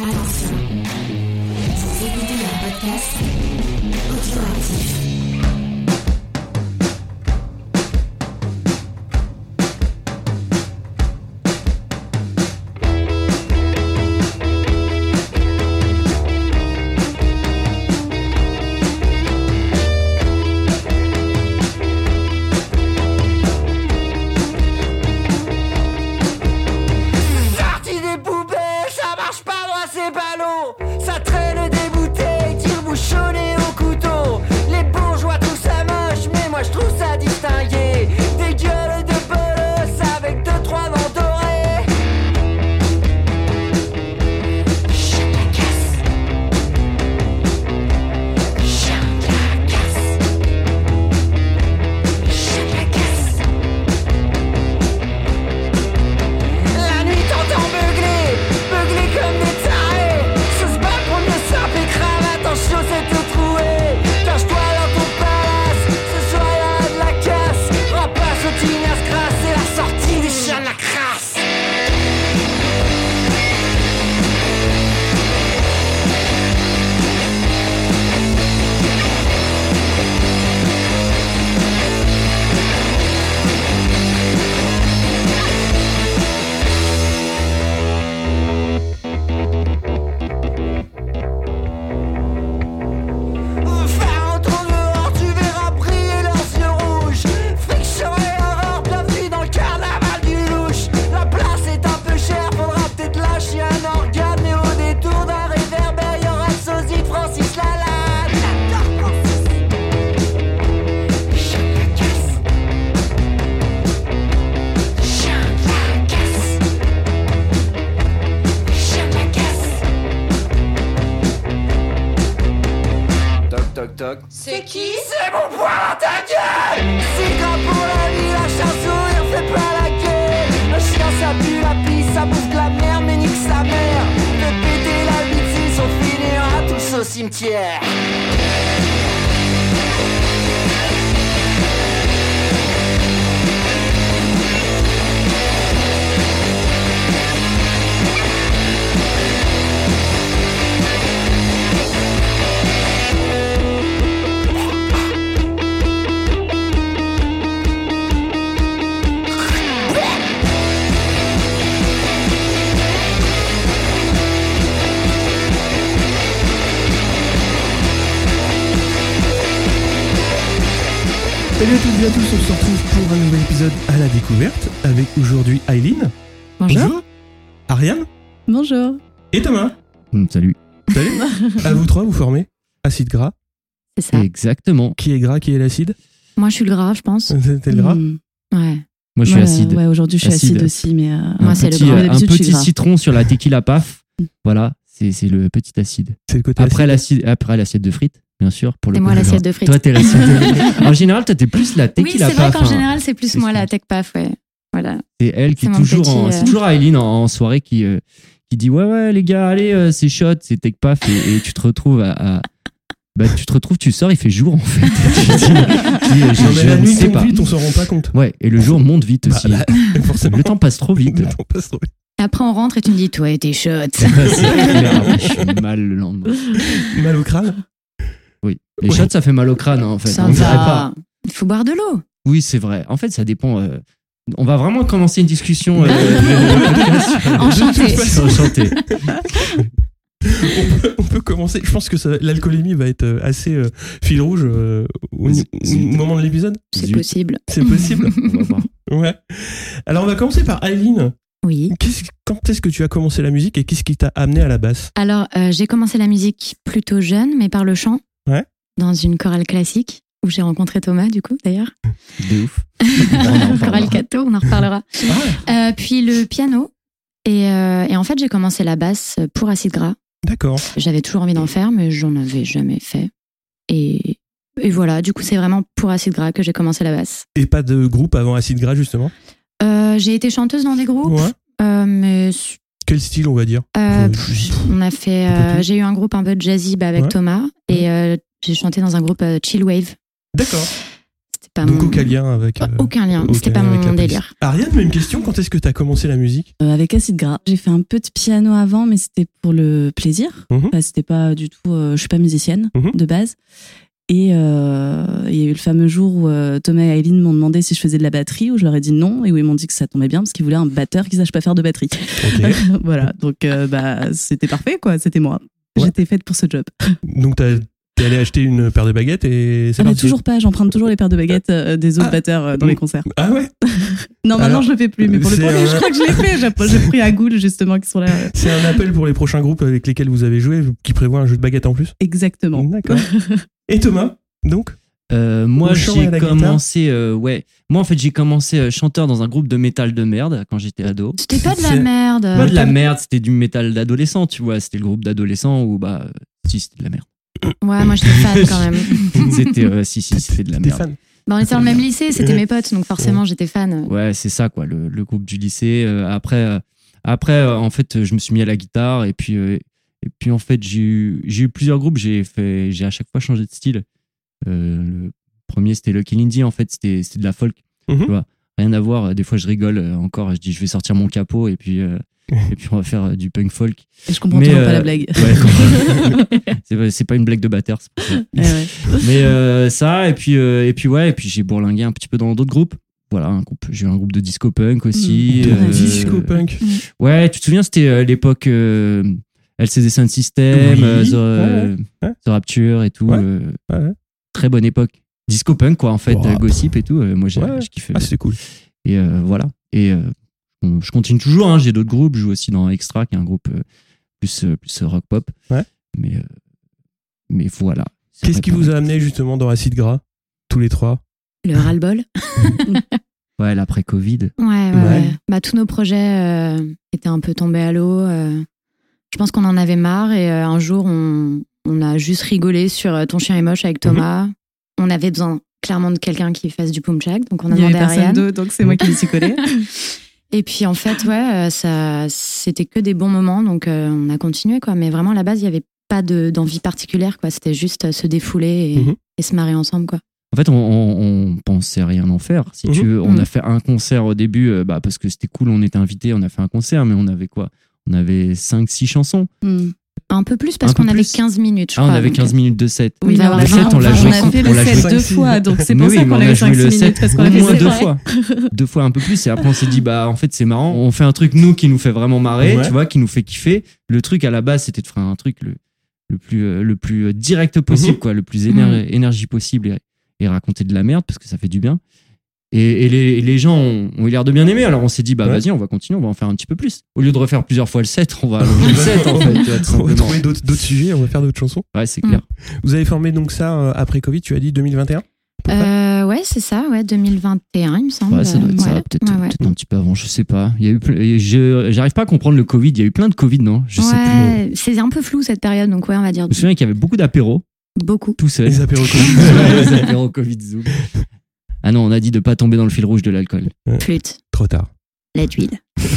Attention, vous écoutez un podcast audioactif. C'est qui? C'est mon poing dans ta gueule! C'est grand pour la vie, la chasse sourire fait pas la gueule. Le chien ça pue la pisse, ça bouffe de la merde, mais nique sa mère. Fait péter la bêtise, on finira tous au cimetière. Salut à toutes et à tous, on se retrouve pour un nouvel épisode à la découverte avec aujourd'hui Aileen. Bonjour. Ariane. Bonjour. Et Thomas. Salut. Salut. À vous trois, vous formez acide gras. C'est ça. Exactement. Qui est gras, qui est l'acide? Moi, je suis le gras, je pense. T'es le gras? Ouais. Moi, je suis acide. Ouais, aujourd'hui, je suis acide aussi, mais moi, c'est petit, le gras. un D'habitude, je suis petit gras. citron sur la tequila paf. Voilà, c'est le petit acide. C'est le côté Après acide. l'assiette de frites, bien sûr. Pour le Et moi, côté l'assiette gras. de frites. Toi, t'es l'assiette de frites. En général, toi, t'es plus la Oui, tequila c'est vrai paf. qu'en général, c'est plus c'est moi, ça. la tech paf, ouais. Voilà. C'est elle qui C'est est mon toujours petit, c'est toujours Aileen en soirée qui dit ouais les gars allez c'est shot c'est tech paf et tu te retrouves tu sors il fait jour en fait. Non, mais la ne nuit sais tombe pas. vite, on s'en rend pas compte. Ouais, et le jour monte vite aussi. Forcément. Le temps passe trop vite. Le temps passe trop vite. Après, on rentre et tu me dis, toi, t'es shot. C'est clair, je suis mal le lendemain. Mal au crâne. Oui. Les Ouais. shots, ça fait mal au crâne, hein, en fait. Ça On dirait va. pas. Il faut boire de l'eau. Oui, c'est vrai. En fait, ça dépend. On va vraiment commencer une discussion. Enchanté. Enchanté. On peut commencer. Je pense que l'alcoolémie va être assez fil rouge au moment de l'épisode. C'est Zut. possible. C'est possible. On va voir. Ouais. Alors on va commencer par Aileen. Oui. Quand est-ce que tu as commencé la musique et qu'est-ce qui t'a amené à la basse? Alors, j'ai commencé la musique plutôt jeune, mais par le chant. Ouais. Dans une chorale classique, où j'ai rencontré Thomas, du coup, d'ailleurs. De ouf. Chorale Cato, on en reparlera. Puis le piano. Et en fait, j'ai commencé la basse pour Acide Gras. D'accord. J'avais toujours envie d'en faire, mais j'en avais jamais fait. Et voilà, du coup, c'est vraiment pour Acide Gras que j'ai commencé la basse. Et pas de groupe avant Acide Gras justement? J'ai été chanteuse dans des groupes, Ouais. mais Quel style on va dire? on a fait. Un peu plus. J'ai eu un groupe un peu jazzy avec Ouais. Thomas, et j'ai chanté dans un groupe Chill Wave. D'accord. C'était pas Donc aucun lien avec... aucun lien, c'était pas mon délire. Ariane, même question, quand est-ce que tu as commencé la musique ? Avec Acide Gras. J'ai fait un peu de piano avant, mais c'était pour le plaisir. C'était pas du tout... je suis pas musicienne de base. Et il y a eu le fameux jour où Thomas et Aileen m'ont demandé si je faisais de la batterie, où je leur ai dit non, et où ils m'ont dit que ça tombait bien parce qu'ils voulaient un batteur qui sache pas faire de batterie. Okay. Voilà, donc c'était parfait, quoi. C'était moi. Ouais. J'étais faite pour ce job. Donc t'es allé acheter une paire de baguettes et c'est mais toujours pas, j'emprunte toujours les paires de baguettes des autres batteurs dans les concerts. Ah ouais. Non, maintenant je le fais plus, mais pour le premier, je crois que je l'ai fait. J'ai pris à Goul justement qui sont là. C'est un appel pour les prochains groupes avec lesquels vous avez joué, qui prévoient un jeu de baguettes en plus. Exactement. D'accord. Et Thomas, donc moi j'ai commencé moi en fait j'ai commencé chanteur dans un groupe de métal de merde quand j'étais ado. C'était pas de la merde. Pas de la merde, c'était du métal d'adolescent, tu vois, c'était le groupe d'adolescents où si c'était de la merde. Ouais, moi j'étais fan quand même. C'était c'était de la merde. Fan. On était dans le même lycée, c'était mes potes, donc forcément j'étais fan. Ouais, c'est ça quoi, le groupe du lycée. Après en fait je me suis mis à la guitare et puis en fait j'ai eu plusieurs groupes, j'ai à chaque fois changé de style. Le premier c'était Lucky Lindy, en fait c'était de la folk, tu vois, rien à voir. Des fois je rigole encore, je dis je vais sortir mon capot et puis on va faire du punk folk. Et je comprends toujours pas la blague. Ouais, c'est pas une blague de batteur, c'est pour ça. Ouais. Mais ça et puis j'ai bourlingué un petit peu dans d'autres groupes. Voilà, j'ai eu un groupe de disco punk aussi. Disco punk. Ouais, tu te souviens, c'était l'époque LCD Sound System, The Rapture et tout. Très bonne époque. Disco punk, quoi, en fait, gossip et tout. Moi, j'ai kiffé. Ah, c'était cool. Et voilà. Et je continue toujours, hein, j'ai d'autres groupes. Je joue aussi dans Extra, qui est un groupe plus rock pop. Ouais. Mais voilà. Qu'est-ce qui vous a amené justement dans Acide Gras, tous les trois ? Le ras-le-bol. Ouais, l'après-Covid. Ouais. Tous nos projets étaient un peu tombés à l'eau. Je pense qu'on en avait marre et un jour, on a juste rigolé sur Ton chien est moche avec Thomas. On avait besoin clairement de quelqu'un qui fasse du pumchak, donc on a demandé à Ariane. Donc c'est moi qui me suis collée. Et puis en fait, c'était que des bons moments, donc on a continué, quoi. Mais vraiment, à la base, il n'y avait pas d'envie particulière, quoi. C'était juste se défouler et se marrer ensemble, quoi. En fait, on pensait rien en faire, si tu veux. On a fait un concert au début, parce que c'était cool, on était invités, on a fait un concert, mais on avait quoi ? On avait 5-6 chansons. Un peu plus, parce qu'on avait 15 minutes, je crois. On avait 15 minutes de set. Oui, le set, on l'a joué. On a fait le set 2 fois, donc c'est pour ça qu'on a eu 5 minutes. Parce qu'on a fait 2 fois. 2 fois, un peu plus. Et après, on s'est dit, en fait, c'est marrant. On fait un truc, nous, qui nous fait vraiment marrer, tu vois, qui nous fait kiffer. Le truc, à la base, c'était de faire un truc le plus direct possible, quoi, le plus énergie possible et raconter de la merde, parce que ça fait du bien. Et les gens ont eu l'air de bien aimer, alors on s'est dit vas-y, on va continuer, on va en faire un petit peu plus. Au lieu de refaire plusieurs fois le set, on va allonger le set en fait. On va trouver d'autres sujets, on va faire d'autres chansons. Ouais, c'est clair. Vous avez formé donc ça après Covid, tu as dit 2021 ? Ouais, c'est ça, 2021 il me semble. Ouais, ça doit être ça, peut-être un petit peu avant, je sais pas. Il y a eu j'arrive pas à comprendre le Covid, il y a eu plein de Covid, non ? Je sais plus. C'est un peu flou cette période, donc on va dire. Je me souviens qu'il y avait beaucoup d'apéros. Beaucoup. Tout seul. Les apéros Covid. Les apéros Covid Zoom. Ah non, on a dit de pas tomber dans le fil rouge de l'alcool. Flûte. Trop tard. La d'huile.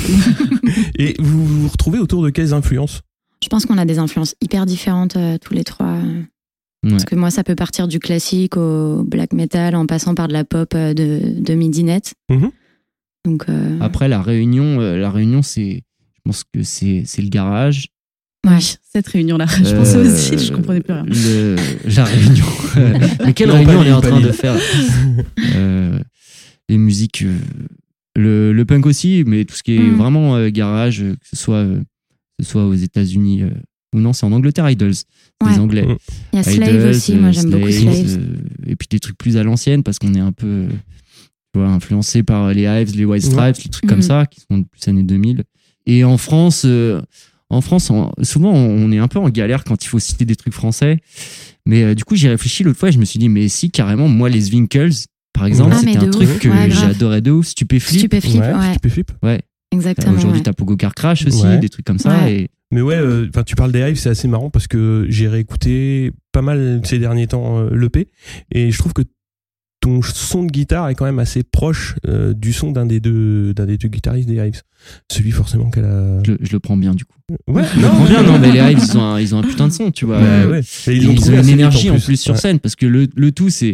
Et vous vous retrouvez autour de quelles influences ? Je pense qu'on a des influences hyper différentes tous les trois. Parce que moi, ça peut partir du classique au black metal en passant par de la pop de midinette. Donc, Après, la réunion, je pense que c'est le garage. Ouais, cette réunion-là, je pensais aussi, je comprenais plus rien. La réunion. Mais quelle réunion on est en train de faire les musiques, le punk aussi, mais tout ce qui est vraiment garage, que ce soit aux États-Unis ou non, c'est en Angleterre, Idols, des Anglais. Il y a Slave aussi, moi j'aime beaucoup Slave. Et puis des trucs plus à l'ancienne, parce qu'on est un peu influencé par les Hives, les White Stripes, les trucs comme ça, qui sont plus années 2000. Et en France, souvent, on est un peu en galère quand il faut citer des trucs français. Mais du coup, j'y réfléchi l'autre fois et je me suis dit, mais si, carrément, moi, les Zwinkels, par exemple, c'était un truc que j'adorais de ouf. Stupéflip. Stupéflip. Ouais. Exactement. Aujourd'hui, t'as Pogo Car Crash aussi, des trucs comme ça. Et... Mais tu parles des Hives, c'est assez marrant parce que j'ai réécouté pas mal ces derniers temps l'EP et je trouve que ton son de guitare est quand même assez proche du son d'un des deux guitaristes des Hives. Celui forcément qu'elle a... Je le prends bien du coup. Ouais, je le prends bien, non, mais les Hives, ils ont un putain de son, tu vois. Ils ont une énergie en plus sur scène, parce que le tout, c'est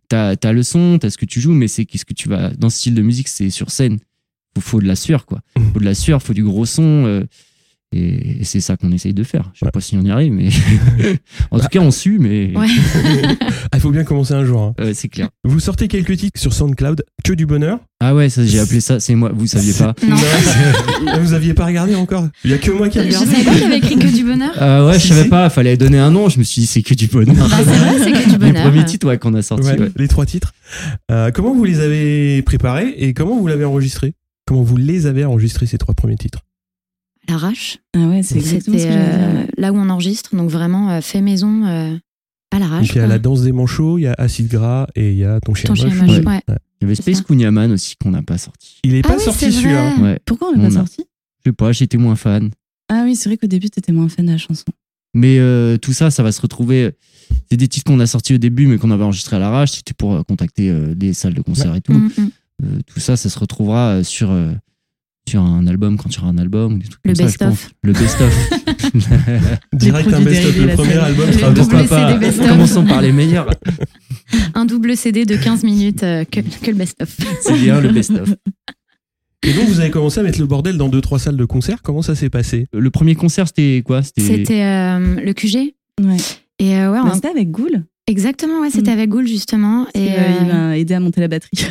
t'as le son, t'as ce que tu joues, mais c'est qu'est-ce que tu vas dans ce style de musique, c'est sur scène. Faut de la sueur, quoi. Faut de la sueur, faut du gros son. Et c'est ça qu'on essaye de faire. Je sais pas si on y arrive, mais en tout cas, on sue, mais il faut bien commencer un jour. Hein. C'est clair. Vous sortez quelques titres sur SoundCloud, que du bonheur. Ah ouais, ça j'ai appelé ça. C'est moi. Vous saviez pas? Non. Vous aviez pas regardé encore? Il y a que moi qui ai regardé. Je savais pas qu'il y avait écrit que du bonheur. Ouais, je savais pas. Fallait donner un nom. Je me suis dit c'est que du bonheur. Bah, c'est vrai, c'est que du bonheur. Les premiers titres qu'on a sortis. Ouais. Les 3 titres. Comment vous les avez préparés et comment vous l'avez enregistré? Comment vous les avez enregistrés ces 3 premiers titres? À l'arrache. Ah ouais, c'est exactement ce que j'allais dire. Là où on enregistre, donc vraiment fait maison à l'arrache. Donc il y a la danse des manchots, il y a Acide Gras et il y a Ton chien moche. Ouais. Il y avait Space Kunyaman aussi qu'on n'a pas sorti. Il est pas sorti celui-là. Ouais. Pourquoi on l'a pas sorti? Je sais pas, j'étais moins fan. Ah oui, c'est vrai qu'au début t'étais moins fan de la chanson. Mais tout ça va se retrouver. C'est des titres qu'on a sortis au début, mais qu'on avait enregistrés à l'arrache. C'était pour contacter des salles de concert et tout. Tout ça se retrouvera sur un album quand il y aura un album. Des trucs le comme best-of. Ça, le best-of. Direct un best-of. Le premier album sera best-of. Commençons par les meilleurs. Un double CD de 15 minutes que le best-of. C'est bien le best-of. Et donc vous avez commencé à mettre le bordel dans 2-3 salles de concert. Comment ça s'est passé? Le premier concert c'était quoi? C'était le QG. Ouais. Et c'était avec Ghoul. Exactement, ouais, c'était avec Ghoul justement. Et il m'a aidé à monter la batterie.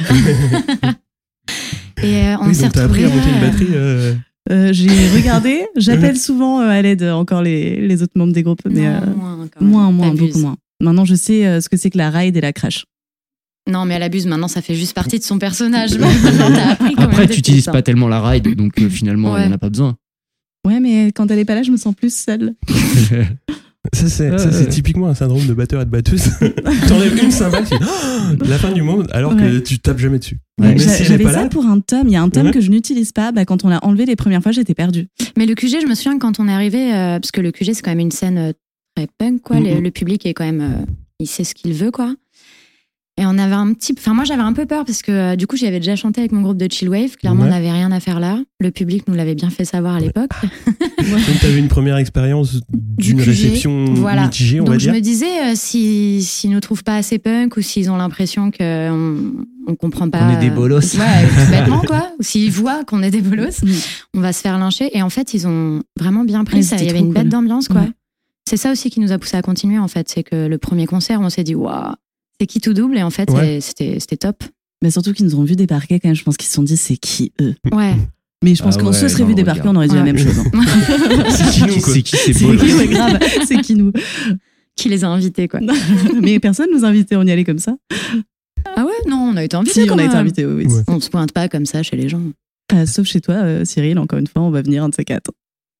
Et on s'est retrouvés. T'as appris à monter une batterie j'ai regardé. J'appelle souvent à l'aide encore les autres membres des groupes, mais moins, beaucoup moins. Maintenant, je sais ce que c'est que la ride et la crash. Non, mais elle abuse. Maintenant, ça fait juste partie de son personnage. Après, tu n'utilises pas tellement la ride, donc finalement, elle n'en a pas besoin. Ouais, mais quand elle est pas là, je me sens plus seule. Ça, c'est typiquement un syndrome de batteur et de batteuse. T'enlèves une cymbale, c'est la fin du monde, alors que tu tapes jamais dessus. Ouais, j'avais ça pour un tome. Il y a un tome que je n'utilise pas. Quand on l'a enlevé les premières fois, j'étais perdue. Mais le QG, je me souviens quand on est arrivé, parce que le QG, c'est quand même une scène très punk, quoi. Le public est quand même, il sait ce qu'il veut, quoi. Et on avait moi j'avais un peu peur parce que du coup j'y avais déjà chanté avec mon groupe de Chillwave. Clairement, on n'avait rien à faire là. Le public nous l'avait bien fait savoir à l'époque. Donc t'avais une première expérience d'une réception mitigée, on va dire. Donc je me disais, s'ils nous trouvent pas assez punk ou s'ils ont l'impression qu'on comprend pas. On est des bolosses. Ouais, tout bêtement, quoi. Ou s'ils voient qu'on est des bolosses, on va se faire lyncher. Et en fait, ils ont vraiment bien pris ça. Il y avait une bête d'ambiance, quoi. Ouais. C'est ça aussi qui nous a poussé à continuer, en fait. C'est que le premier concert, on s'est dit, waouh. C'est qui tout double, et en fait, c'était top. Mais surtout qu'ils nous ont vu débarquer quand même. Je pense qu'ils se sont dit, c'est qui eux? Ouais. Mais je pense qu'on se serait vu débarquer, on aurait dit la même chose. C'est qui nous, quoi? C'est qui ces beaux? C'est grave, c'est qui nous? Qui les a invités, quoi. Mais personne nous invitait, on y allait comme ça. Ah ouais? Non, on a été invités. Si, on a été invités, oui. Ouais. On se pointe pas comme ça chez les gens. Sauf chez toi, Cyril, encore une fois, on va venir un de ces 4.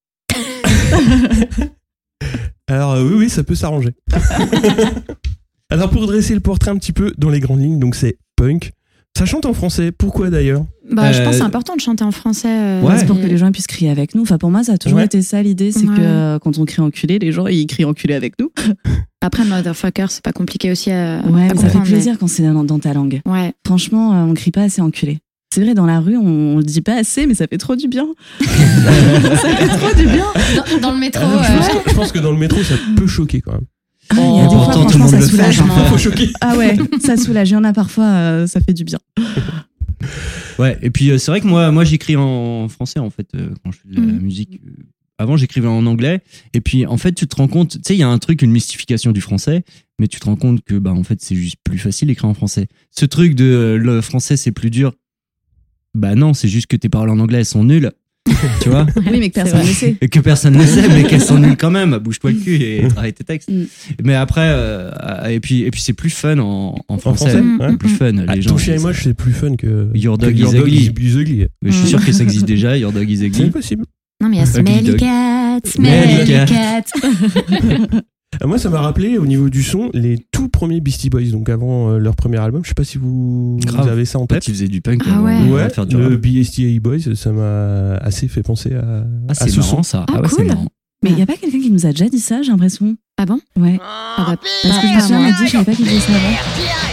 Alors oui, ça peut s'arranger. Alors pour dresser le portrait un petit peu dans les grandes lignes, donc c'est punk. Ça chante en français, pourquoi d'ailleurs? Je pense que c'est important de chanter en français. C'est pour que les gens puissent crier avec nous. Enfin, pour moi, ça a toujours été ça l'idée, c'est que quand on crie enculé, les gens ils crient enculé avec nous. Après, motherfucker, c'est pas compliqué aussi à mais ça fait plaisir quand c'est dans ta langue. Ouais. Franchement, on crie pas assez enculé. C'est vrai, dans la rue, on le dit pas assez, mais ça fait trop du bien. Ça fait trop du bien. Dans le métro. Je pense que dans le métro, ça peut choquer quand même. Il y a des fois, franchement, ça soulage. Faut choquer. Ah ouais, ça soulage. Il y en a parfois, ça fait du bien. Ouais, et puis c'est vrai que moi j'écris en français en fait quand je fais de la musique. Avant j'écrivais en anglais, et puis en fait tu te rends compte, tu sais, il y a un truc, une mystification du français, mais tu te rends compte que en fait c'est juste plus facile d'écrire en français. Ce truc de le français c'est plus dur, non, c'est juste que tes paroles en anglais elles sont nulles. Tu vois? Oui, mais que personne ne sait. Et que personne ne sait, mais qu'elles sont nulles quand même. Bouge-toi le cul et travaille tes textes. Mais après, et puis c'est plus fun en français. Plus fun. Les gens. Ton chien et moche, c'est plus fun que Your Dog is Ugly. Mais je suis sûr que ça existe déjà, Your Dog is Ugly. C'est possible. Non, mais il y a Smelly Cat, Smelly Cat. Moi, ça m'a rappelé au niveau du son les tout premiers Beastie Boys, donc avant leur premier album. Je sais pas si vous avez ça en tête. Ils faisaient du punk. Ouais. Faire du le Beastie Boys, ça m'a assez fait penser à c'est ce marrant, son. ça. Ah ouais, c'est marrant. Mais il y a pas quelqu'un qui nous a déjà dit ça, j'ai l'impression. Ah bon? Ouais. Parce que je me souviens, on a dit, je savais pas qu'il disait ça avant.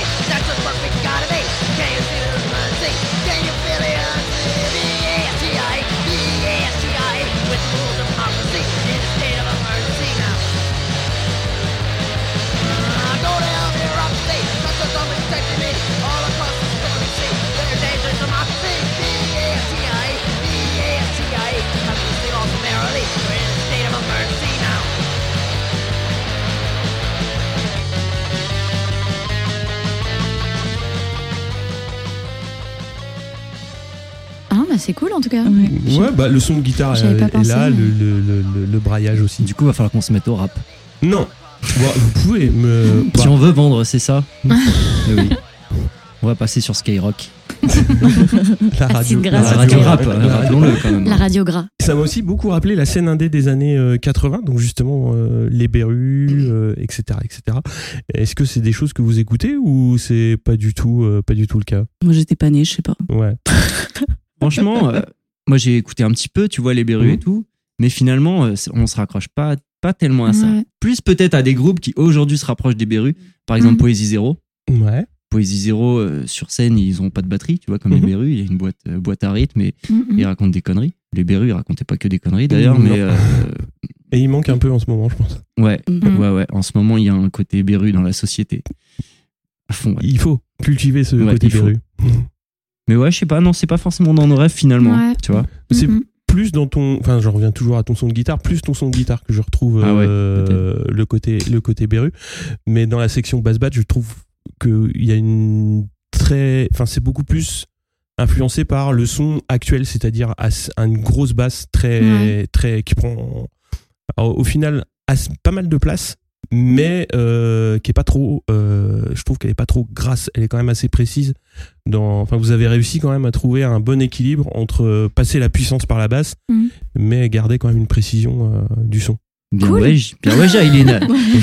c'est cool en tout cas. Ouais, bah le son de guitare est là, le braillage aussi. Du coup, il va falloir qu'on se mette au rap. Non. Bon, vous pouvez me. Si on veut vendre, c'est ça. Oui. On va passer sur Skyrock. La radio rap, rappelons-le quand même. La radio gras. Ça m'a aussi beaucoup rappelé la scène indé des années 80, donc justement les Berus, etc., etc. Est-ce que c'est des choses que vous écoutez ou c'est pas du tout le cas? Moi, j'étais pas née, je sais pas. Ouais. Franchement, moi j'ai écouté un petit peu, tu vois, les Berus et tout, mais finalement, on se raccroche pas tellement à ça. Plus peut-être à des groupes qui aujourd'hui se rapprochent des Berus, par exemple Poésie Zéro. Ouais. Poésie Zéro, sur scène, ils ont pas de batterie, tu vois, comme les Berus, il y a une boîte à rythme et ils racontent des conneries. Les Berus, ils racontaient pas que des conneries d'ailleurs, mais. Et il manque un peu en ce moment, je pense. Ouais. En ce moment, il y a un côté Beru dans la société. À fond. Ouais. Il faut cultiver ce côté Beru. Mais ouais, je sais pas, non, c'est pas forcément dans nos rêves finalement, tu vois. C'est plus dans ton. Enfin, je reviens toujours à ton son de guitare, plus ton son de guitare que je retrouve le côté Beru. Mais dans la section bass bat, je trouve qu'il y a une très. Enfin, c'est beaucoup plus influencé par le son actuel, c'est-à-dire une grosse basse très qui prend au final pas mal de place, mais qui est pas trop je trouve qu'elle est pas trop grasse, elle est quand même assez précise enfin vous avez réussi quand même à trouver un bon équilibre entre passer la puissance par la basse mais garder quand même une précision du son. Bien cool. Bien ouais, Aileen.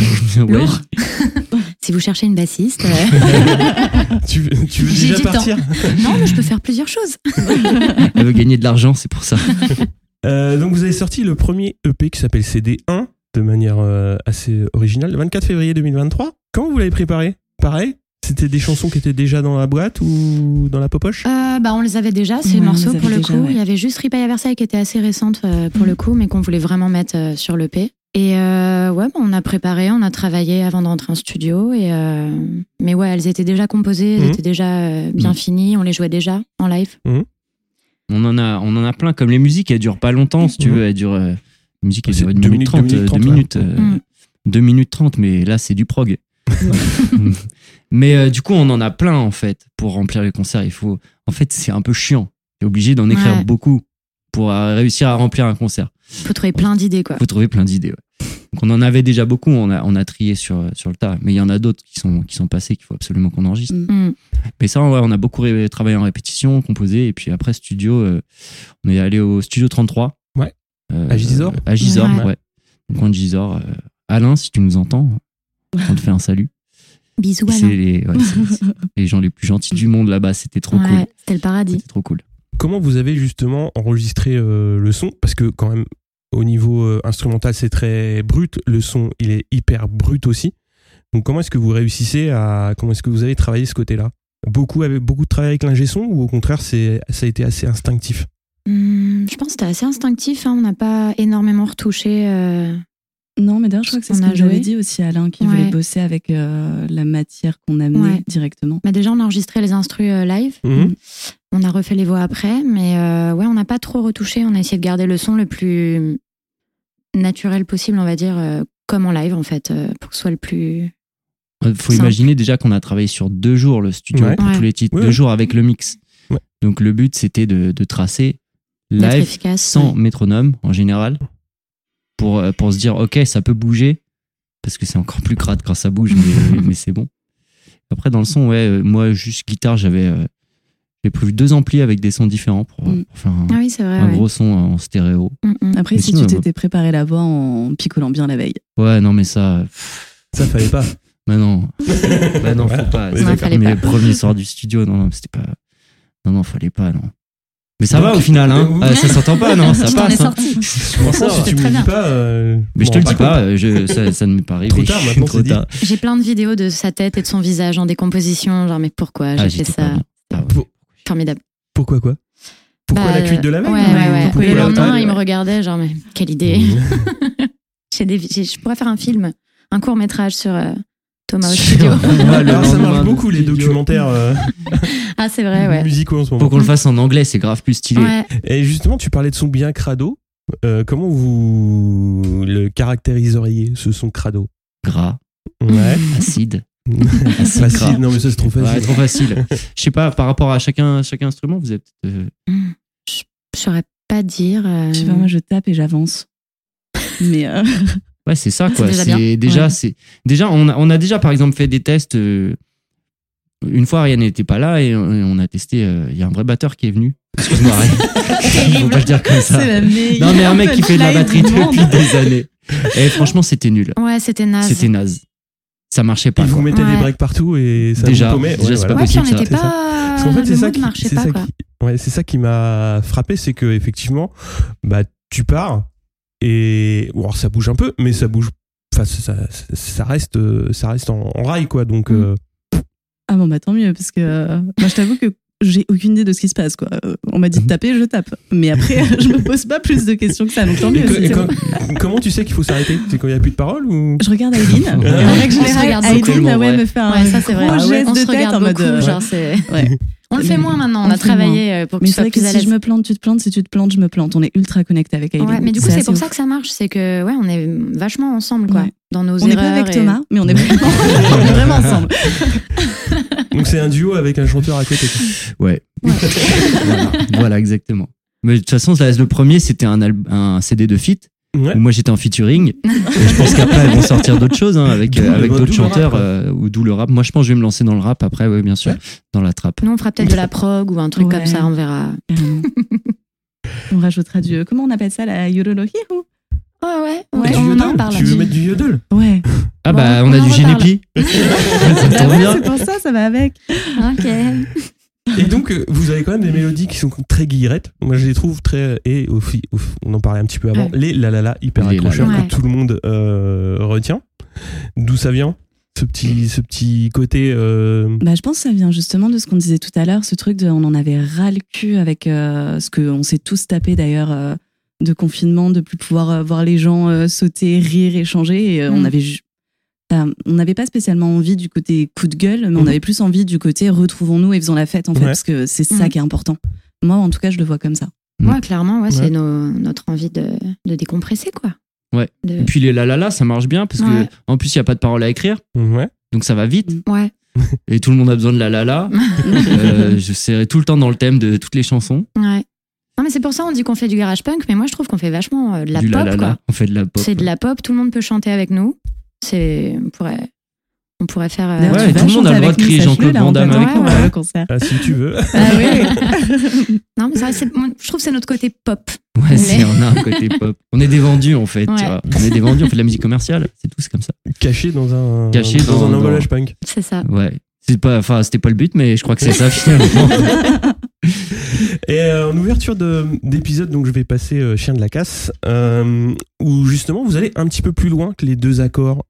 Si vous cherchez une bassiste. tu veux déjà partir? Non, mais je peux faire plusieurs choses. Elle veut gagner de l'argent, c'est pour ça. Donc vous avez sorti le premier EP qui s'appelle CD1 de manière assez originale, le 24 février 2023. Comment vous l'avez préparé? Pareil? C'était des chansons qui étaient déjà dans la boîte ou dans la popoche? On les avait déjà, ces morceaux pour le coup. Ouais. Il y avait juste Ripaille à Versailles qui était assez récente pour le coup, mais qu'on voulait vraiment mettre sur l'EP. Et on a préparé, on a travaillé avant de rentrer en studio. Mais ouais, elles étaient déjà composées, elles étaient déjà bien finies, on les jouait déjà en live. On en a plein, comme les musiques, elles durent pas longtemps, si tu veux, elles durent... La musique, elle dure 2 minutes 30. 2 minutes 30, mais là, c'est du prog. Mais du coup, on en a plein, en fait, pour remplir les concerts. En fait, c'est un peu chiant. T'es obligé d'en écrire beaucoup pour réussir à remplir un concert. Faut trouver plein d'idées, quoi. Faut trouver plein d'idées, ouais. Donc, on en avait déjà beaucoup, on a trié sur le tas. Mais il y en a d'autres qui sont passés qu'il faut absolument qu'on enregistre. Mais ça, ouais, on a beaucoup travaillé en répétition, composé. Et puis après, studio, on est allé au studio 33. Ouais. À Gisors. À Gisors, ouais. Donc, on Gisors. Alain, si tu nous entends, on te fait un salut. Bisous, Alain. C'est les gens les plus gentils du monde là-bas. C'était trop cool. C'était le paradis. C'était trop cool. Comment vous avez justement enregistré le son? Parce que quand même, au niveau instrumental, c'est très brut. Le son, il est hyper brut aussi. Donc comment est-ce que vous réussissez comment est-ce que vous avez travaillé ce côté-là? Beaucoup de travail avec l'ingé son ou au contraire, ça a été assez instinctif? Je pense que c'était assez instinctif. On n'a pas énormément retouché. Non, mais d'ailleurs, je crois que c'est ce que j'avais dit aussi à Alain, qui voulait bosser avec la matière qu'on amenait directement. Déjà, on a enregistré les instrus live. On a refait les voix après, mais on n'a pas trop retouché. On a essayé de garder le son le plus naturel possible, on va dire, comme en live, en fait, pour que ce soit le plus... Faut imaginer déjà qu'on a travaillé sur 2 jours le studio pour tous les titres, 2 jours avec le mix. Donc le but, c'était de tracer live sans métronome en général. Pour se dire, ok, ça peut bouger, parce que c'est encore plus crade quand ça bouge, mais c'est bon. Après, dans le son, moi, juste guitare, j'ai prévu 2 amplis avec des sons différents pour faire un gros son en stéréo. Après, mais si tu t'étais préparé la voix en picolant bien la veille. Ouais, non, mais ça fallait pas. Bah non, faut pas. Mais le premier sort du studio, c'était pas. Non, fallait pas, non. Mais ça va au final, hein. Ça s'entend pas, non, ça passe. Sorti. Si tu me le dis pas. Mais je te le dis pas, ça ne m'est pas arrivé. Trop tard, maintenant, trop tard. J'ai plein de vidéos de sa tête et de son visage en décomposition, genre, mais pourquoi j'ai fait ça? Formidable. Pourquoi quoi? Pourquoi la cuite de la veille? Ouais. Le lendemain, il me regardait, genre, mais quelle idée. Je pourrais faire un film, un court-métrage sur Thomas au studio. Ça marche beaucoup, les documentaires. C'est vrai, musicaux en ce moment. Faut qu'on le fasse en anglais, c'est grave plus stylé. Ouais. Et justement, tu parlais de son bien crado. Comment vous le caractériseriez, ce son crado? Gras. Ouais. Acide. Facile, non mais ça c'est trop facile. Ouais, trop facile. Je sais pas, par rapport à chaque instrument, vous êtes. Je saurais pas dire. Je sais pas, moi je tape et j'avance. Mais ouais, c'est ça quoi. C'est déjà Déjà, on a déjà par exemple fait des tests. Une fois, Ariane n'était pas là et on a testé. Il y a un vrai batteur qui est venu. Excuse-moi, Ariane. Faut pas le dire comme ça. c'est la meilleure. Non, mais un mec qui fait de la batterie depuis des années. Et franchement, c'était nul. Ouais, c'était naze. C'était naze. Ça marchait pas. Ils vous quoi. mettaient des breaks partout et ça Déjà, vous paumait. déjà, c'est pas Ouais, possible, puis on n'était ça. pas. Parce qu'en fait, le mood marchait pas, quoi. c'est ça qui m'a frappé, c'est que effectivement, bah tu pars et bon, alors, ça bouge un peu, mais ça bouge. Enfin, ça reste en rail quoi. Donc Ah bon, bah tant mieux, parce que moi je t'avoue que j'ai aucune idée de ce qui se passe, quoi. On m'a dit de taper, je tape. Mais après, je me pose pas plus de questions que ça, donc tant mieux. Comment tu sais qu'il faut s'arrêter? C'est quand il n'y a plus de parole ou? Je regarde Aileen. En règle générale, Aileen me fait un ça, c'est vrai. gros geste On de se tête regarde en mode. beaucoup, genre, c'est. Ouais. On le fait moins maintenant, on a le fait travaillé pour que Mais tu c'est sois vrai que plus à si l'aise. je me plante, tu te plantes. Si tu te plantes, je me plante. On est ultra connecté avec Aileen. Ouais, mais du coup, c'est assez pour ça ouf. que ça marche, c'est que ouais, on est vachement ensemble, quoi, Ouais. dans nos On n'est erreurs. pas avec et- Thomas, mais on est vraiment, on est vraiment ensemble. Donc c'est un duo avec un chanteur à côté. Ouais. Voilà, exactement. Mais de toute façon, le premier, c'était un CD de feat. Ouais. Où moi j'étais en featuring. Et je pense qu'après elles vont sortir d'autres choses avec D'où d'autres le chanteurs rap, ou d'où le rap. Moi je pense que je vais me lancer dans le rap après, ouais, bien sûr, Ouais. dans la trappe. Nous, on fera peut-être de la prog ou un truc Ouais. comme ça, on verra. On rajoutera du. Comment on appelle ça, la Yorolohi ou Oh ouais, Ouais, Du on yodel. en parle. Tu veux mettre du yodel? Ouais. Ah bah Bon, on a on du en reparle. Genepi. Ça Bah tombe ouais, bien. c'est pour ça, ça va avec. Ok. Et donc, vous avez quand même des mélodies qui sont très guillerettes. Moi, je les trouve très. Et on en parlait un petit peu avant. Ouais. Les la hyper Les accrocheurs la la. que tout le monde retient. D'où ça vient ce petit côté. Bah, je pense que ça vient justement de ce qu'on disait tout à l'heure, ce truc de, on en avait ras le cul avec ce qu'on s'est tous tapé d'ailleurs de confinement, de plus pouvoir voir les gens sauter, rire, échanger. Et, on n'avait pas spécialement envie du côté coup de gueule, mais on avait plus envie du côté retrouvons-nous et faisons la fête en fait, Ouais. parce que c'est ça qui est important. Moi, en tout cas, je le vois comme ça. Ouais, clairement, ouais, Ouais. c'est notre envie de décompresser, quoi. Ouais. De- Et puis les la ça marche bien parce Ouais. que en plus il y a pas de paroles à écrire, Ouais. donc ça va vite. Ouais. Et tout le monde a besoin de la. Je serai tout le temps dans le thème de toutes les chansons. Ouais. Non, mais c'est pour ça on dit qu'on fait du garage punk, mais moi je trouve qu'on fait vachement de la Du pop, quoi. On fait de la pop. C'est de la pop, tout le monde peut chanter avec nous. On pourrait faire. D'ailleurs, Ouais, tu vas tout le monde a le chanter droit avec de crier nous, Jean-Claude sache-le, là, Van Damme en avec fait. nous. Ouais, ouais, le concert. Ah, si tu veux. Ah oui. Non, mais ça, moi, je trouve que c'est notre côté pop. Ouais, on a un côté pop. On est des vendus en fait. Ouais. Tu vois. On est des vendus, on fait de la musique commerciale. C'est tous comme ça. Caché dans un. Caché dans dans- un emballage punk. C'est ça. Ouais. C'était pas le but, mais je crois que c'est ça finalement. Et en ouverture d'épisode, donc je vais passer Chien de la Casse, où justement vous allez un petit peu plus loin que les deux accords.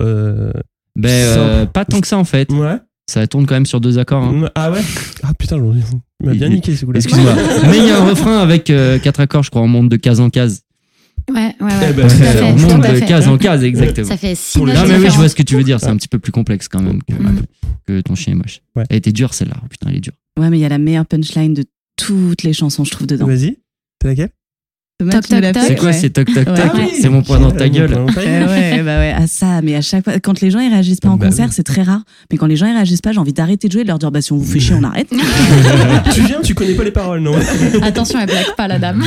Pas tant que ça en fait. Ouais. Ça tourne quand même sur 2 accords. Hein. Ah ouais. Ah putain, il m'a bien niqué ce coup-là. Excuse-moi. Mais il y a un refrain avec 4 accords, je crois, on monte de case en case. Ouais. Eh ben, Tout à fait, On tout monte à de fait. case en case, exactement. Ça fait 6 Pour les- Non, notes mais oui, je différentes. vois ce que tu veux dire. C'est un petit peu plus complexe quand même que ton chien est moche. Ouais. Elle était dure celle-là. Oh, putain, elle est dure. Ouais, mais il y a la meilleure punchline de toutes les chansons, je trouve, dedans. Vas-y. C'est laquelle? Thomas, Toc, tu me l'as toc, fait C'est quoi? Ouais. C'est toc toc Ouais. toc. Ah oui. C'est mon poing dans ta gueule. Ouais, à ça, mais à chaque fois, quand les gens ils réagissent pas en Bah concert, oui. c'est très rare. Mais quand les gens ils réagissent pas, j'ai envie d'arrêter de jouer et de leur dire bah si on vous fait chier, on arrête. Tu viens, tu connais pas les paroles, non? Attention, elle blague pas, la dame.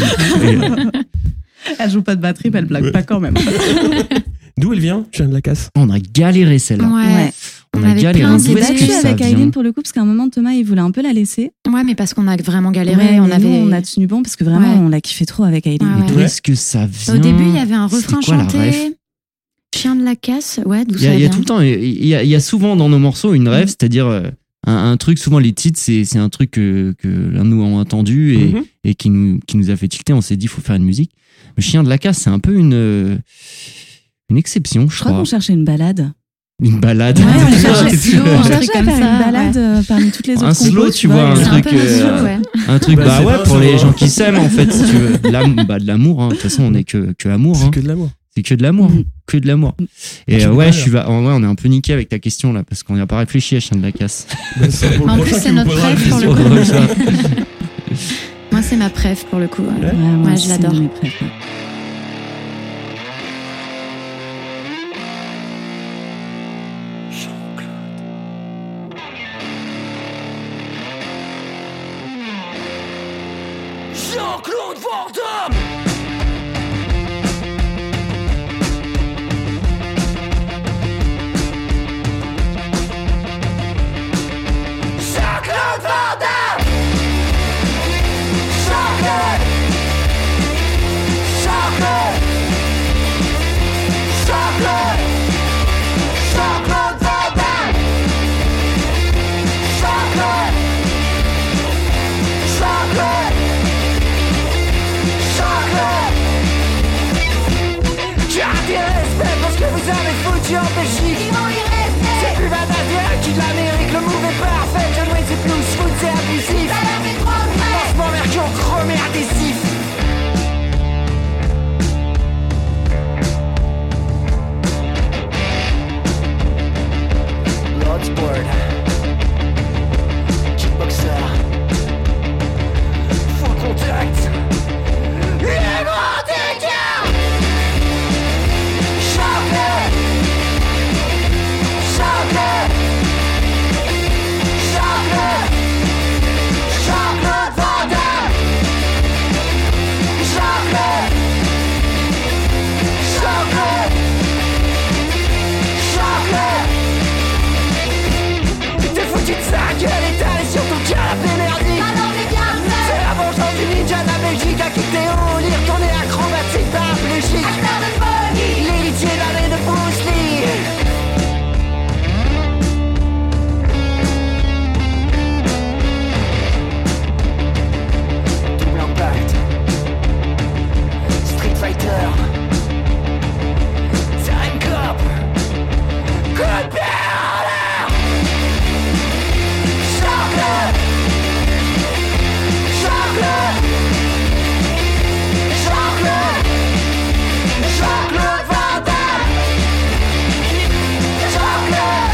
Elle joue pas de batterie, mais elle blague pas quand même. D'où elle vient, Chien de la Casse? On a galéré celle-là. Ouais. On On a avait galéré. plein On D'où s'est d'idées. est-ce que battu ça avec vient Aileen pour le coup, parce qu'à un moment Thomas il voulait un peu la laisser. Ouais, mais parce qu'on a vraiment galéré. Ouais, on mais avait. nous, on a tenu bon parce que vraiment Ouais. on l'a kiffé trop avec Aileen. Ouais, ouais. D'où est-ce que ça vient? Au début, il y avait un refrain C'était quoi, la ref chanté. Chien de la casse. Ouais, d'où Il ça y vient. a tout le temps, il y a souvent dans nos morceaux une rêve, c'est-à-dire un truc, souvent les titres, c'est un truc que l'un de nous a entendu et qui nous a fait tilter. On s'est dit, il faut faire une musique. Le Chien de la Casse, c'est un peu une exception, je Je crois crois. qu'on cherchait une balade. Une balade. Ouais, on Tu vois, cherchait t'es slow, sûr. un On truc cherchait à comme faire ça, une balade parmi toutes les autres Un slow, compos, tu vois, un et- C'est un truc, peu notre slow, ouais. Un truc, Bah, bah c'est ouais, pas pour un les slow, gens hein. qui s'aiment, en fait, si tu veux. De l'amour, hein. De toute façon, on est que amour. C'est Hein. que de l'amour. C'est que de l'amour. Mhm. Que de l'amour. Et Tu ouais, rigoles. on est un peu niqué avec ta question, là, parce qu'on n'a pas réfléchi à Chien de la Casse. Bah, c'est pour le En plus, prochain c'est qui vous notre posera la rêve pour le question. coup. Moi, c'est ma préf pour le coup. Ouais. moi Ouais, aussi, je l'adore. c'est une de mes préf, ouais. Jean-Claude Vendôme. Jean-Claude Van Damme. Jean-Claude. Jean-Claude. Jean-Claude. Jean-Claude Van Damme. Jean-Claude. Jean-Claude. Jean-Claude. Gardez respect parce que vous avez foutu en Belgique. C'est plus Vanadien qui de l'Amérique. Le move est parfait, John Wayne c'est plus foot, c'est abusif. Lancement Mercure chromé adhésif. Bloodsport. Kickboxer. Full contact. Le grand écart. Jean-Claude. Jean-Claude. Jean-Claude. Jean-Claude Van Damme. Jean-Claude. Jean-Claude. Jean-Claude. T'es foutu de sa gueule et t'allé sur ton canapé merdique. C'est la vengeance du ninja de la Belgique à qui t'es haut, lire tourner acrobatique paraplégique. L'héritier d'année de Bruce Lee. Double impact. Street Fighter. Siren Cop. Coup de pied en l'air. Jean-Claude. Jean-Claude. Jean-Claude. Jean-Claude Van Damme. Jean-Claude.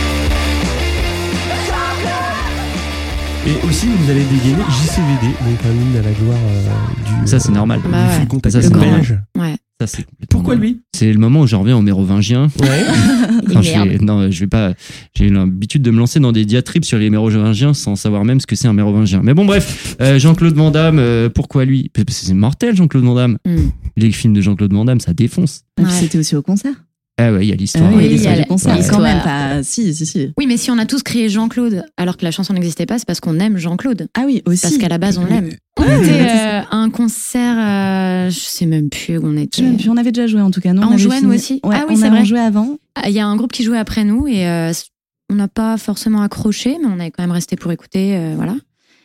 Jean-Claude. Et aussi, vous allez dégainer JCVD, donc un hymne à la gloire du. Ça, c'est normal. Du Bah ouais. full contact Ça, c'est belge. Ouais. Ça, c'est complètement Pourquoi normal. lui? C'est le moment où j'en reviens aux mérovingiens. Ouais. Enfin, je vais pas. J'ai eu l'habitude de me lancer dans des diatribes sur les mérovingiens sans savoir même ce que c'est un mérovingien. Mais bon, bref, Jean-Claude Van Damme, pourquoi lui? Parce que c'est mortel, Jean-Claude Van Damme. Les films de Jean-Claude Van Damme, ça défonce. Et puis Ouais. c'était aussi au concert. Ah ouais, il y a l'histoire. Ah oui, il y a l'histoire la- du concert. l'histoire. Quand même pas. Si. Oui, mais si on a tous crié Jean-Claude alors que la chanson n'existait pas, c'est parce qu'on aime Jean-Claude. Ah oui, aussi. Parce qu'à la base, on l'aime. On Ouais, était ouais, à un concert, je sais même plus où on Je était. sais même plus, on avait déjà joué en tout cas. Nous, Ah, on avait jouait, fini- nous aussi. Ouais, Ah oui, on c'est avait vrai. joué avant. Il y a un groupe qui jouait après nous et on n'a pas forcément accroché, mais on est quand même resté pour écouter, voilà.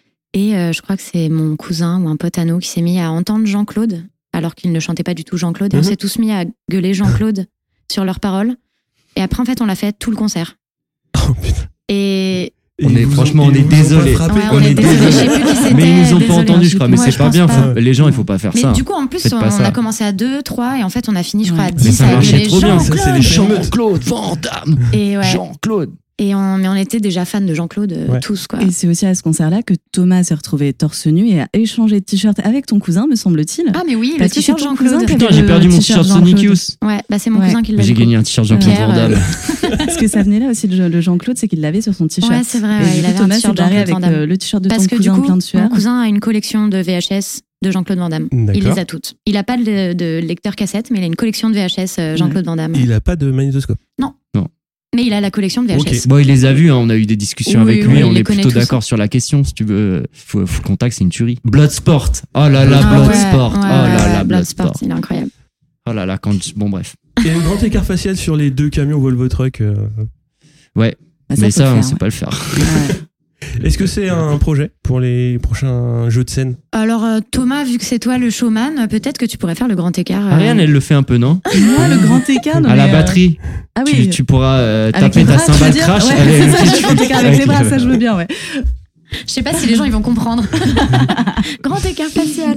Et je crois que c'est mon cousin ou un pote à nous qui s'est mis à entendre Jean-Claude alors qu'il ne chantait pas du tout Jean-Claude. Et on s'est tous mis à gueuler Jean-Claude sur leurs paroles. Et après, en fait, on l'a fait tout le concert. Oh putain. Et Franchement, on est désolé. ouais, on est désolé. Je sais plus qui c'était. Mais ils nous ont pas désolé. entendus, je crois. Mais Ouais, c'est je pas pense bien. pas. Les gens, il faut pas faire Mais ça. du coup, en plus, Faites on pas ça. a commencé à 2, 3 et en fait, on a fini, je crois, à Ouais. 10 Mais ça à marchait gueuler trop bien. Ça, c'est les Jean-Claude Van Damme. Et ouais. Jean-Claude. Mais on était déjà fans de Jean-Claude, Ouais. tous, quoi. Et c'est aussi à ce concert-là que Thomas s'est retrouvé torse nu et a échangé de t-shirt avec ton cousin, me semble-t-il. Ah, mais oui, le Parce que t-shirt c'est ton Jean-Claude. cousin qui Putain, avait j'ai le perdu mon t-shirt t-shirt Sonic Jean-Claude. Youth. Ouais, bah c'est mon Ouais. cousin qui l'a. J'ai du coup. gagné un t-shirt Jean-Claude Pierre, Van Damme. Parce que ça venait là aussi, le Jean-Claude, c'est qu'il l'avait sur son t-shirt. Ouais, c'est vrai, Et ouais, du il coup, avait un Thomas t-shirt s'est barré Jean-Claude avec Van Damme. le t-shirt de Parce ton que du cousin coup, plein de sueur. mon cousin a une collection de VHS de Jean-Claude Van Damme. Il D'accord. les a toutes. Il a pas de lecteur cassette, mais il a une collection de VHS Jean-Claude Van Damme. Il a pas de magnétoscope. Mais il a la collection de VHS. Ok. Bon, il les a vus, hein, on a eu des discussions Oui, avec oui, lui, il on les est connaît plutôt tous. d'accord sur la question, si tu veux. Full Contact, c'est une tuerie. Bloodsport. Oh là là, Ah ouais, Bloodsport. ouais, Oh là ouais, là, Bloodsport, Bloodsport. il est incroyable. Oh là là, bon, bref. Il y a un grand écart facial sur les deux camions Volvo Truck. Ouais, Bah, mais faut ça, le on faire, sait ouais. pas le faire. Ouais. Est-ce que c'est un projet pour les prochains jeux de scène? Alors Thomas, vu que c'est toi le showman, peut-être que tu pourrais faire le grand écart. Ariane, elle le fait un peu, non? Moi, le grand écart. non, À la mais, batterie, Ah oui. tu pourras Avec taper les ta bras, tu veux cymbale dire crash. Ouais, Allez, c'est ça, tu- le grand écart avec les bras, ça je veux bien, ouais. Je sais pas si les gens ils vont comprendre. Grand écart facial.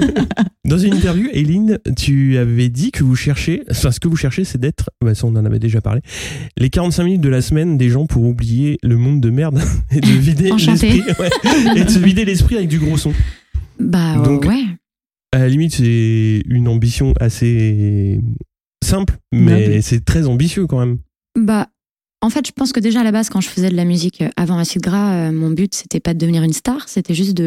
Dans une interview, Aileen, tu avais dit que vous cherchez, enfin ce que vous cherchez, c'est d'être, bah, ça on en avait déjà parlé, les 45 minutes de la semaine des gens pour oublier le monde de merde et de vider Enchanté. l'esprit, ouais, et de se vider l'esprit avec du gros son. Bah Donc, ouais. À la limite, c'est une ambition assez simple, mais Noble. c'est très ambitieux quand même. Bah, en fait, je pense que déjà à la base, quand je faisais de la musique avant Acid Gras, mon but c'était pas de devenir une star, c'était juste de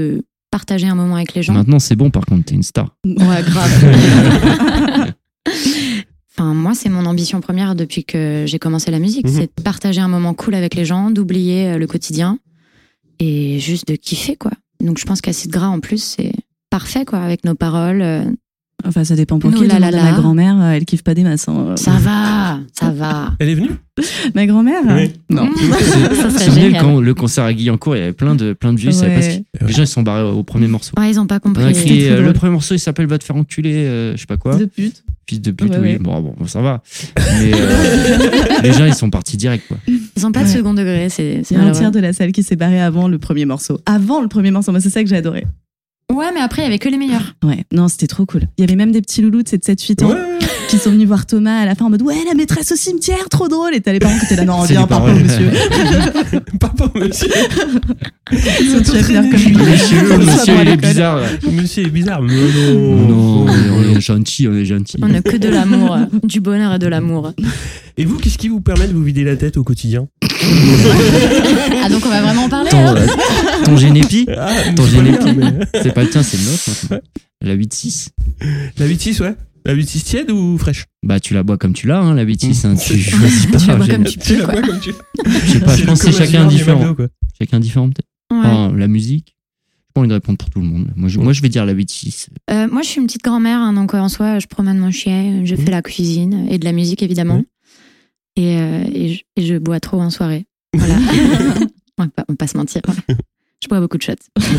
partager un moment avec les gens. Maintenant, c'est bon, par contre, t'es une star. Ouais, grave. Enfin, moi, c'est mon ambition première depuis que j'ai commencé la musique. C'est de partager un moment cool avec les gens, d'oublier le quotidien et juste de kiffer, quoi. Donc, je pense qu'Acide Gras, en plus, c'est parfait, quoi, avec nos paroles. Enfin, ça dépend pour qui. Ma grand-mère, elle kiffe pas des masses. Hein. Ça va. Elle est venue? Ma grand-mère? Oui. Non. Ça serait génial. Quand le concert à Guyancourt, il y avait plein de vues. Ouais. Les gens, ils sont barrés au premier morceau. Ouais, ils ont pas compris. On a crié, le premier morceau, il s'appelle Va te faire enculer, je sais pas quoi. De pute. Fils de pute, oui. Bon, ça va. Mais les gens, ils sont partis direct, quoi. Ils ont pas de second degré. Il y a un tiers de la salle qui s'est barré avant le premier morceau. Moi, c'est ça que j'ai adoré. Ouais, mais après, il y avait que les meilleurs. Ouais, non, c'était trop cool. Il y avait même des petits loulous de 7-8 ans qui sont venus voir Thomas à la fin en mode ouais, la maîtresse au cimetière, trop drôle. Et t'as les parents qui étaient là, non, viens, papa, monsieur. Papa, monsieur. Ils sont tous fiers comme lui. Monsieur, il est bizarre. Monsieur est bizarre. Non, on est gentil. On a que de l'amour, du bonheur et de l'amour. Et vous, qu'est-ce qui vous permet de vous vider la tête au quotidien? Ah, donc on va vraiment en parler. Ton Génépi. Ton Génépi. Mais... C'est pas le tien, c'est le nôtre. Ouais. La 8-6. La 8-6, ouais. La 8-6 tiède ou fraîche? Bah, tu la bois comme tu l'as, hein, la 8-6. Hein, tu choisis pas. Tu la bois comme tu peux, quoi. Je sais pas, je pense que c'est chacun différent. Chacun différent, peut-être. Ouais. Enfin, la musique. J'ai pas envie de répondre pour tout le monde. Moi, je vais dire la 8-6. Moi, je suis une petite grand-mère, hein, donc en soi, je promène mon chien, je fais la cuisine et de la musique, évidemment. Et je bois trop en soirée. Voilà. On va pas se mentir. Je bois beaucoup de shots.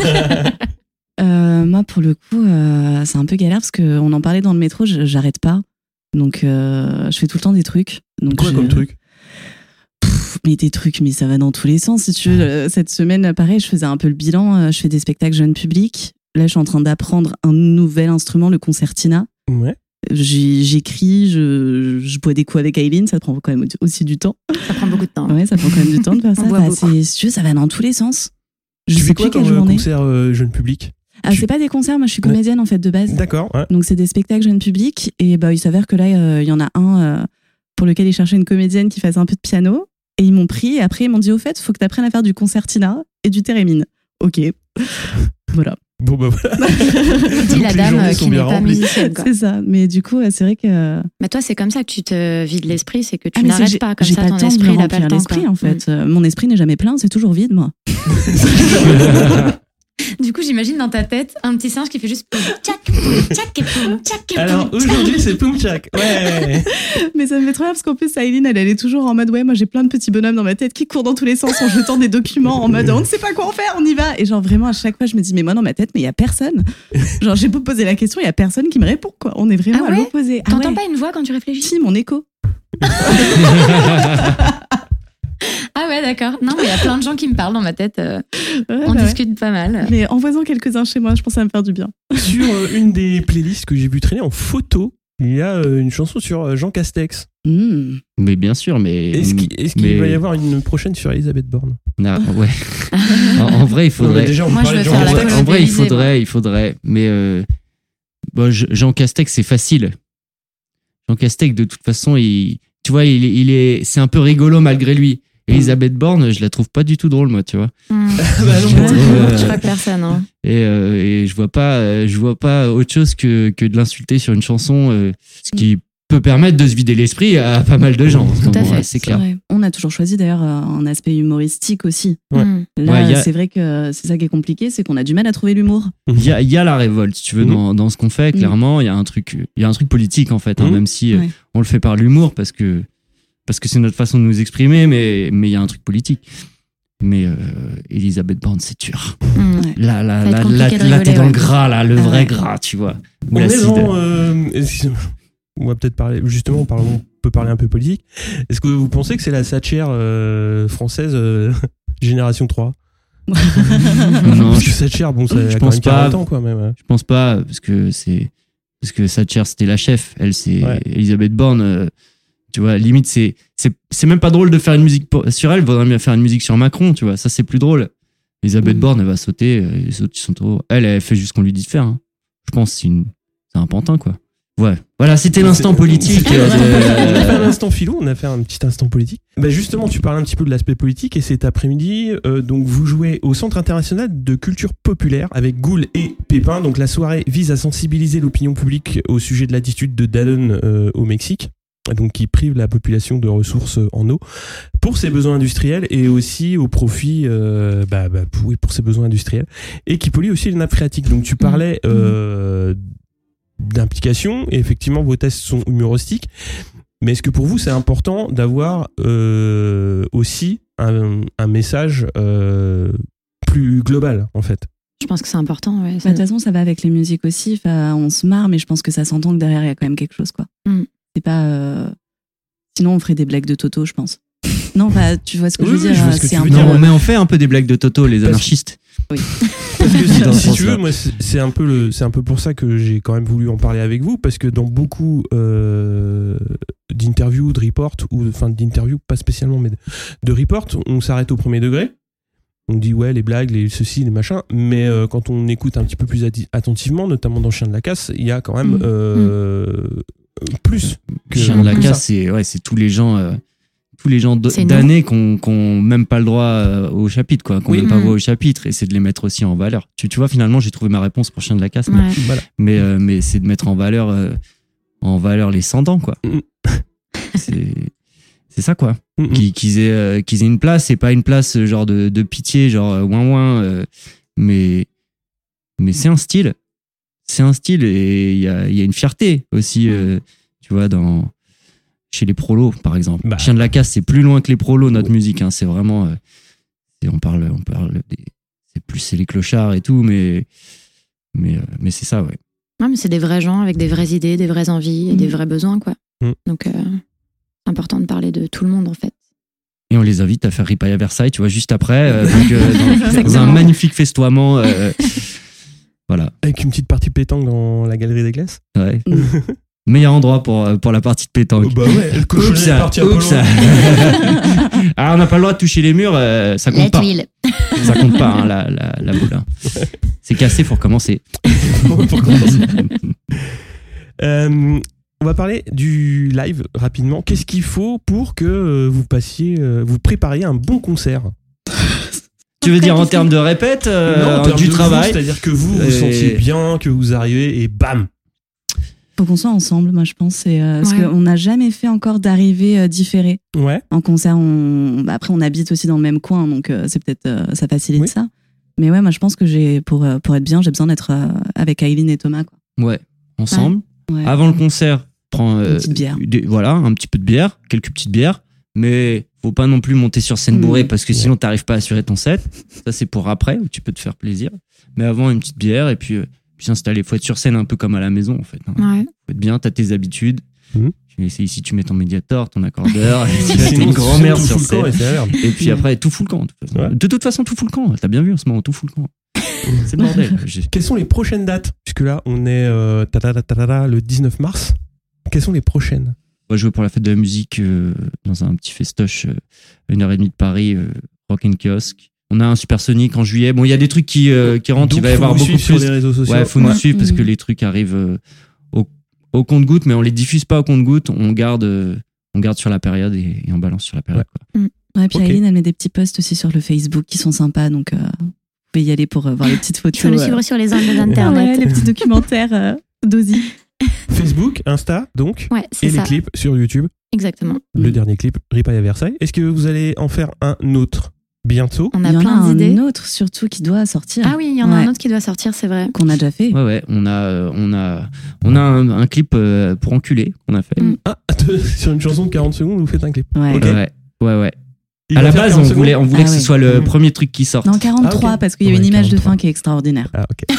Moi, pour le coup, c'est un peu galère parce qu'on en parlait dans le métro, j'arrête pas. Donc, je fais tout le temps des trucs. Donc, quoi comme truc? Mais des trucs, mais ça va dans tous les sens. Si tu veux, cette semaine, pareil, je faisais un peu le bilan. Je fais des spectacles jeunes publics. Là, je suis en train d'apprendre un nouvel instrument, le concertina. Ouais. J'écris, je bois des coups avec Aileen, ça prend quand même aussi du temps. Ça prend beaucoup de temps. Ouais, ça prend quand même du temps de faire ça. Si tu veux, ça va dans tous les sens. Je sais plus quelle journée. Concert jeune public? Ah, c'est pas des concerts, moi je suis comédienne en fait de base. D'accord. Ouais. Donc c'est des spectacles jeunes publics et bah il s'avère que là il y en a un pour lequel ils cherchaient une comédienne qui fasse un peu de piano et ils m'ont pris et après ils m'ont dit au fait, faut que t'apprennes à faire du concertina et du thérémine. Ok. Voilà. Bon bah voilà. Dis la dame qui n'est pas musicienne, quoi. C'est ça, mais du coup c'est vrai que. Mais toi c'est comme ça que tu te vides l'esprit, c'est que tu n'arrêtes pas comme ça pas ton esprit, il a pas le temps. L'esprit en fait, mon esprit n'est jamais plein, c'est toujours vide moi. Du coup, j'imagine dans ta tête un petit singe qui fait juste poum tchac et poum tchac. Alors aujourd'hui, c'est poum tchac. Ouais. Mais ça me fait trop rire parce qu'en plus, Aileen, elle est toujours en mode ouais, moi j'ai plein de petits bonhommes dans ma tête qui courent dans tous les sens en jetant des documents en mode on ne sait pas quoi en faire, on y va. Et genre vraiment à chaque fois, je me dis mais moi dans ma tête, mais il y a personne. Genre j'ai beau poser la question, il y a personne qui me répond quoi. On est vraiment à l'opposé. T'entends pas une voix quand tu réfléchis? Si, mon écho. Ah ouais, d'accord. Non, mais il y a plein de gens qui me parlent dans ma tête. On discute pas mal. Mais envoie-en quelques-uns chez moi, je pense que ça va me faire du bien. Sur une des playlists que j'ai pu traîner en photo, il y a une chanson sur Jean Castex. Mais bien sûr, mais... Est-ce qu'il va y avoir une prochaine sur Elisabeth Borne? Non, ouais. en vrai, il faudrait... Déjà, moi, je veux faire la en vrai, il faudrait. Mais Jean Castex, c'est facile. Jean Castex, de toute façon, tu vois, c'est un peu rigolo malgré lui. Elisabeth Borne, je la trouve pas du tout drôle, moi, tu vois. Je crois que personne. Hein. Et je vois pas autre chose que de l'insulter sur une chanson, ce qui peut permettre de se vider l'esprit à pas mal de gens. Tout à fait, c'est clair. Vrai. On a toujours choisi d'ailleurs un aspect humoristique aussi. Ouais. Là, c'est vrai que c'est ça qui est compliqué, c'est qu'on a du mal à trouver l'humour. Il y a la révolte, si tu veux, dans ce qu'on fait. Clairement, il y a un truc politique en fait, hein, même si on le fait par l'humour parce que c'est notre façon de nous exprimer, mais il y a un truc politique. Mais Elisabeth Borne, c'est dur. Là, t'es dans le gras, là, le vrai gras, tu vois. On est dans... on va peut-être parler, justement, on peut parler un peu politique. Est-ce que vous pensez que c'est la Thatcher française génération 3? Non, parce que Thatcher, bon, ça a quand même 40 ans, quoi, même. Je pense pas, parce que Thatcher, c'était la chef. Elle, c'est Elisabeth Borne... tu vois, limite, c'est même pas drôle de faire une musique sur elle, il vaudrait mieux faire une musique sur Macron, tu vois, ça c'est plus drôle. Elisabeth Borne, elle va sauter, les autres ils sont trop... Elle fait juste ce qu'on lui dit de faire. Hein. Je pense que c'est un pantin, quoi. Ouais. Voilà, c'était l'instant politique. l'instant philo, on a fait un petit instant politique. Bah justement, tu parles un petit peu de l'aspect politique et cet après-midi, donc vous jouez au Centre international de culture populaire avec Goul et Pépin. Donc la soirée vise à sensibiliser l'opinion publique au sujet de l'attitude de Danone au Mexique, donc qui prive la population de ressources en eau pour ses besoins industriels et aussi au profit pour ses besoins industriels, et qui pollue aussi les nappes phréatiques. Donc tu parlais d'implication, et effectivement vos tests sont humoristiques, mais est-ce que pour vous c'est important d'avoir aussi un message plus global en fait? Je pense que c'est important. Ouais, de toute façon, ça va avec les musiques aussi. Enfin, on se marre, mais je pense que ça s'entend que derrière il y a quand même quelque chose, quoi. C'est pas. Sinon, on ferait des blagues de Toto, je pense. Non, bah, tu vois ce que je veux dire. Mais on fait un peu des blagues de Toto, les anarchistes. Oui. Parce que si tu veux, moi, c'est un peu pour ça que j'ai quand même voulu en parler avec vous, parce que dans beaucoup d'interviews, de reports, d'interviews, pas spécialement, mais de reports, on s'arrête au premier degré. On dit ouais, les blagues, les ceci, les machins, mais quand on écoute un petit peu plus attentivement, notamment dans Chien de la Casse, il y a quand même plus que Chien de la Casse. C'est tous les gens d'années qui n'ont même pas le droit au chapitre, quoi, qui n'ont même pas voix au chapitre, et c'est de les mettre aussi en valeur. Tu vois, finalement, j'ai trouvé ma réponse pour Chien de la Casse, mais c'est de mettre en valeur les 100 ans, quoi. C'est ça, quoi. Qu'ils aient une place, c'est pas une place genre de pitié, genre ouin, mais c'est un style. C'est un style, et il y a une fierté aussi, tu vois, chez les prolos, par exemple. Chien de la Casse, c'est plus loin que les prolos, notre musique, hein. C'est vraiment, on parle c'est les clochards et tout, mais c'est ça, ouais. Non, mais c'est des vrais gens avec des vraies idées, des vraies envies et des vrais besoins, quoi. Donc, c'est important de parler de tout le monde, en fait. Et on les invite à faire Ripaille à Versailles, tu vois, juste après, dans un magnifique festoiement. Voilà. Avec une petite partie pétanque dans la galerie des glaces. Ouais. Meilleur endroit pour la partie de pétanque. Bah ouais, le cochonnet est parti un peu loin. Ah, on n'a pas le droit de toucher les murs, ça compte pas. Tuile. Ça compte pas, hein, la boule. Hein. C'est cassé, faut recommencer. On va parler du live rapidement. Qu'est-ce qu'il faut pour que vous prépariez un bon concert? Tu veux dire en termes de répète, du travail, c'est-à-dire que vous vous sentiez bien, que vous arrivez et bam. Faut qu'on soit ensemble, moi je pense, parce qu'on n'a jamais fait encore d'arrivée différée. Ouais. En concert, après on habite aussi dans le même coin, donc c'est peut-être ça facilite ça. Mais ouais, moi je pense que pour être bien, j'ai besoin d'être avec Aileen et Thomas, quoi. Ouais, ensemble. Ouais. Avant le concert, prends une petite bière. Un petit peu de bière, quelques petites bières, mais faut pas non plus monter sur scène bourré, parce que sinon t'arrives pas à assurer ton set. Ça c'est pour après, où tu peux te faire plaisir. Mais avant, une petite bière, et puis s'installer. Faut être sur scène un peu comme à la maison, en fait. Hein. Ouais. Faut être bien, t'as tes habitudes. C'est ici, tu mets ton médiateur, ton accordeur, t'es une grand-mère sur scène. Et puis après, tout fout le camp. De toute façon, tout fout le camp. T'as bien vu en ce moment, tout fout le camp. C'est le bordel. Quelles sont les prochaines dates? Puisque là, on est le 19 mars. Quelles sont les prochaines? On va jouer pour la fête de la musique dans un petit festoche, 1h30 de Paris, Rock and Kiosque. On a un Supersonic en juillet. Bon, il y a des trucs qui rentrent. Donc, il va y avoir beaucoup plus sur les réseaux sociaux. Ouais, faut nous suivre parce que les trucs arrivent au compte-gouttes, mais on les diffuse pas au compte-gouttes. On garde sur la période et on balance sur la période. Ouais. Quoi. Ouais, puis Aileen, elle met des petits posts aussi sur le Facebook qui sont sympas, donc vous pouvez y aller pour voir les petites photos. Il faut le suivre sur les ondes d'internet. Les petits documentaires d'Ozzy. Facebook, Insta, donc, et les clips sur YouTube. Exactement. Le dernier clip, Ripaille à Versailles. Est-ce que vous allez en faire un autre bientôt? On a plein d'idées. Il y en a un autre surtout qui doit sortir. Ah oui, il y en a un autre qui doit sortir, c'est vrai. Qu'on a déjà fait. Ouais, on a un clip pour enculer qu'on a fait. Sur une chanson de 40 secondes, vous faites un clip. Ouais. Okay. Ouais. À la base, on voulait que ce soit le premier truc qui sorte. Non, 43, parce qu'il y avait une image de fin qui est extraordinaire. Ah, ok.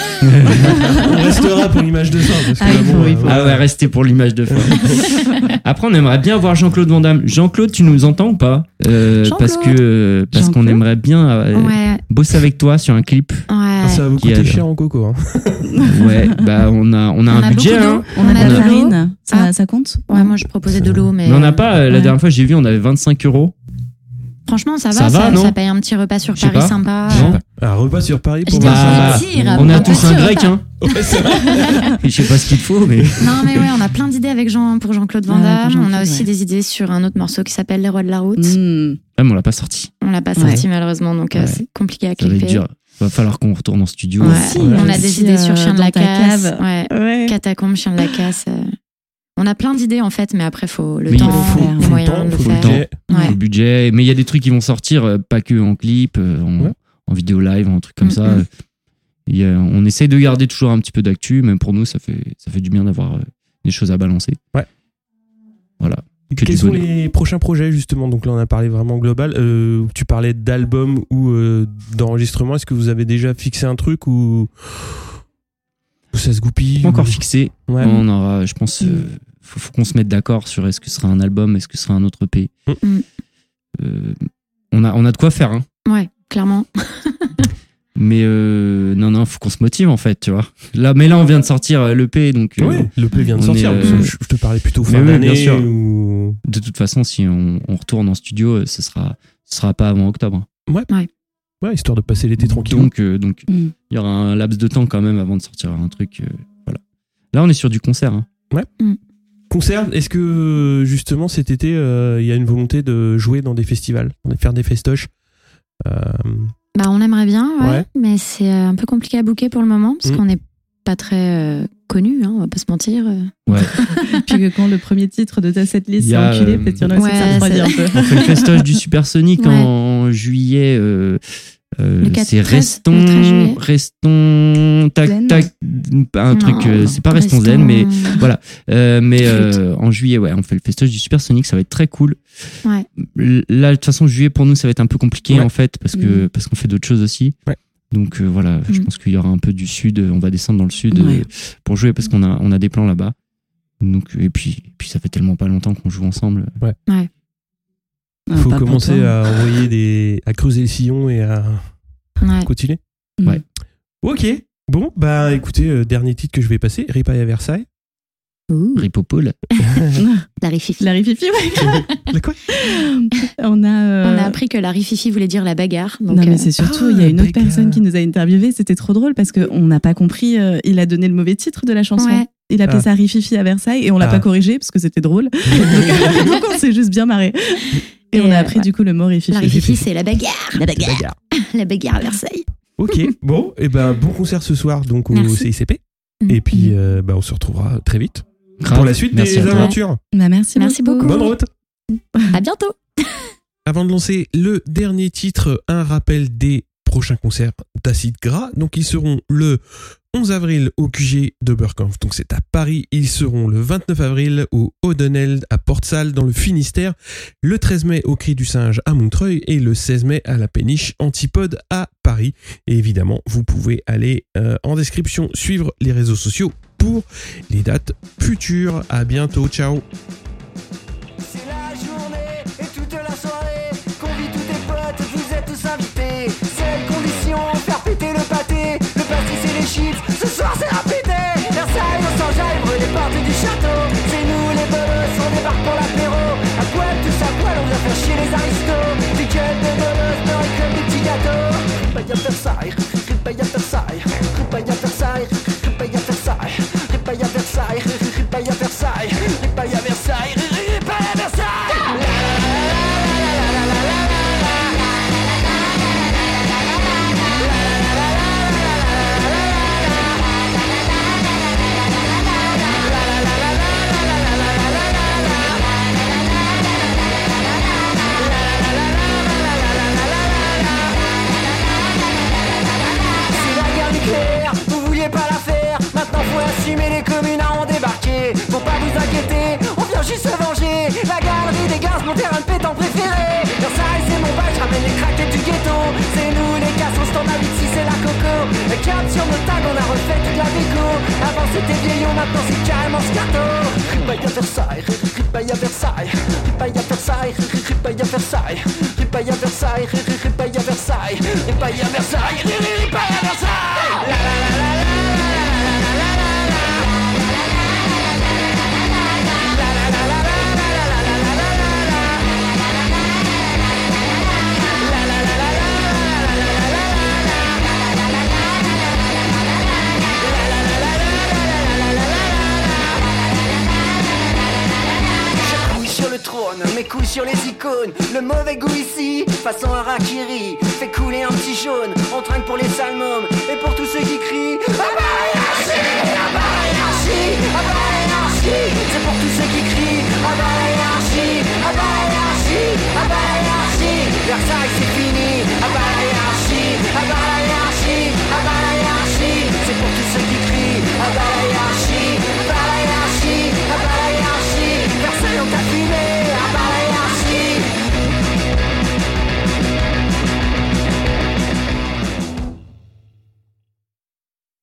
On restera pour l'image de fin. Parce que restez pour l'image de fin. Après, on aimerait bien voir Jean-Claude Van Damme. Jean-Claude, tu nous entends ou pas? Parce qu'on aimerait bien bosser avec toi sur un clip. Ouais. Ça va vous coûter cher en coco. Hein. Ouais, on a un budget. Hein. On a de la farine. Ça compte? Ouais, moi je proposais de l'eau, mais. Mais on n'a pas. La dernière fois, j'ai vu, on avait 25 €. Franchement, ça Ça va, va, non ça paye un petit repas sur Je sais Paris pas. sympa. Non. Un repas sur Paris pour Je dis, Bah, on a tous un grec, hein. Ouais, c'est vrai. Je sais pas ce qu'il faut, mais. Non, mais ouais, on a plein d'idées avec pour Jean-Claude Van Ouais, Damme. pour Jean-Claude, On a aussi ouais. des idées sur un autre morceau qui s'appelle Les Rois de la Route. Ah, mais on l'a pas sorti. On l'a pas sorti malheureusement, donc Ouais. c'est compliqué à Ça va être clipper. dur. Va falloir qu'on retourne en studio. Ouais. Si, On a aussi, des idées sur Chien de dans la ta Casse. cave. Ouais. Catacombe, Chien de la Casse. On a plein d'idées en fait, mais après, faut le Mais temps, il faut les le moyens temps, de le faut le faire. temps. Ouais. Le budget. Mais il y a des trucs qui vont sortir, pas que en clip, en vidéo live, en truc comme ça. On essaye de garder toujours un petit peu d'actu, même pour nous, ça fait du bien d'avoir des choses à balancer. Ouais. Voilà. Quels sont les prochains projets justement? Donc là on a parlé vraiment global. Tu parlais d'album ou d'enregistrement. Est-ce que vous avez déjà fixé un truc ou ça se goupille? Pas encore fixé. Ouais. On aura, je pense, faut qu'on se mette d'accord sur est-ce que ce sera un album, est-ce que ce sera un autre EP. On a de quoi faire, hein. Ouais, clairement. Mais non, faut qu'on se motive en fait, tu vois. Là, on vient de sortir l'EP, donc. Oui, l'EP vient de on sortir. est, Je te parlais plutôt fin mais oui, d'année. bien sûr. Ou... De toute façon, si on retourne en studio, ce sera pas avant octobre. Ouais, histoire de passer l'été tranquille. Donc, il y aura un laps de temps quand même avant de sortir un truc. Voilà. Là, on est sur du concert. Hein. Ouais. Concert, est-ce que justement cet été, il y a une volonté de jouer dans des festivals, de faire des festoches? Bah, on aimerait bien, ouais. Mais c'est un peu compliqué à booker pour le moment parce qu'on n'est pas très connus, hein, on va pas se mentir. Ouais. Puis que quand le premier titre de ta setlist Il y c'est a, enculé, peut-être qu'il y en a aussi que ça refroidit un peu. On fait le festoche du Supersonic en juillet. C'est Restons tac un truc, c'est pas Restons Zen, mais voilà. En juillet, on fait le festoche du Supersonic, ça va être très cool. Ouais. Là, de toute façon, juillet pour nous, ça va être un peu compliqué en fait, parce qu'on fait d'autres choses aussi. Ouais. Donc voilà, je pense qu'il y aura un peu du sud. On va descendre dans le sud pour jouer parce qu'on a des plans là-bas. Donc et puis ça fait tellement pas longtemps qu'on joue ensemble. Ouais. Faut commencer à envoyer à creuser le sillon et à continuer. Ouais. Ok. Bon, bah écoutez, dernier titre que je vais passer, Ripaille à Versailles. Ripopole. La Rififi. La Rififi, ouais. La quoi? On a appris que la Rififi voulait dire la bagarre. Donc non, mais c'est surtout, il y a une autre personne qui nous a interviewé. C'était trop drôle parce qu'on n'a pas compris. Il a donné le mauvais titre de la chanson. Ouais. Il appelait ça Rififi à Versailles et on l'a pas corrigé parce que c'était drôle. Donc on s'est juste bien marré. Et on a appris du coup le mot Rififi. La Rififi, c'est la bagarre. La bagarre. La bagarre à Versailles. Ok, bon, et ben bon concert ce soir donc au CICP. Et puis on se retrouvera très vite pour la suite des aventures. Bah, merci beaucoup. Bonne route. À bientôt. Avant de lancer le dernier titre, un rappel des prochains concerts d'Acide Gras. Donc ils seront le 11 avril au QG de Burkampf, donc c'est à Paris. Ils seront le 29 avril au O'Donnell à Port-Salle dans le Finistère, le 13 mai au Cri du Singe à Montreuil et le 16 mai à la Péniche Antipode à Paris. Et évidemment, vous pouvez aller en description suivre les réseaux sociaux pour les dates futures. À bientôt, ciao. C'est la journée et toute la soirée qu'on vit tous tes potes, vous êtes tous invités. Seule condition, faire péter le pâté, le pastis et les chips, ce soir c'est à péter. Versailles, on s'enjaille, les portes du château. C'est nous les bolos, on débarque pour l'apéro. À poil, tous à poil, on vient faire chier les aristos. Des gueules de bolos, beurre comme des petits gâteaux. Ripaille à Versailles, ripaille à Versailles, ripaille à Versailles, ripaille à Versailles, ripaille à Versailles, ripaille à Versailles, ripaille à Versailles, ripaille à Versailles. Vous vouliez pas la faire, maintenant faut assumer, les communards ont débarqué. Faut pas vous inquiéter, on vient juste se venger. La galerie des gaz, mon terrain de pétanque préféré. Versailles c'est mon bail, je ramène les craquettes du ghetto. C'est nous les cassos, on a 8-6 c'est la coco. Le cap sur nos tables, on a refait toute la déco. Avant c'était vieillot, maintenant c'est carrément scato. Ripaille à Versailles, ripaille à Versailles, ripaille à Versailles, ripaille à Versailles, ripaille à Versailles, ripaille à Versailles, ripaille à Versailles, ripaille à Versailles. mes couilles sur les icônes. Le mauvais goût ici, façon harakiri, fait couler un petit jaune. On trinque pour les salmons et pour tous ceux qui crient Abaréarchie, Abaréarchie, Abaréarchie. C'est pour tous ceux qui crient Abaréarchie, Abaréarchie, Abaréarchie. Versailles c'est fini, Abaréarchie.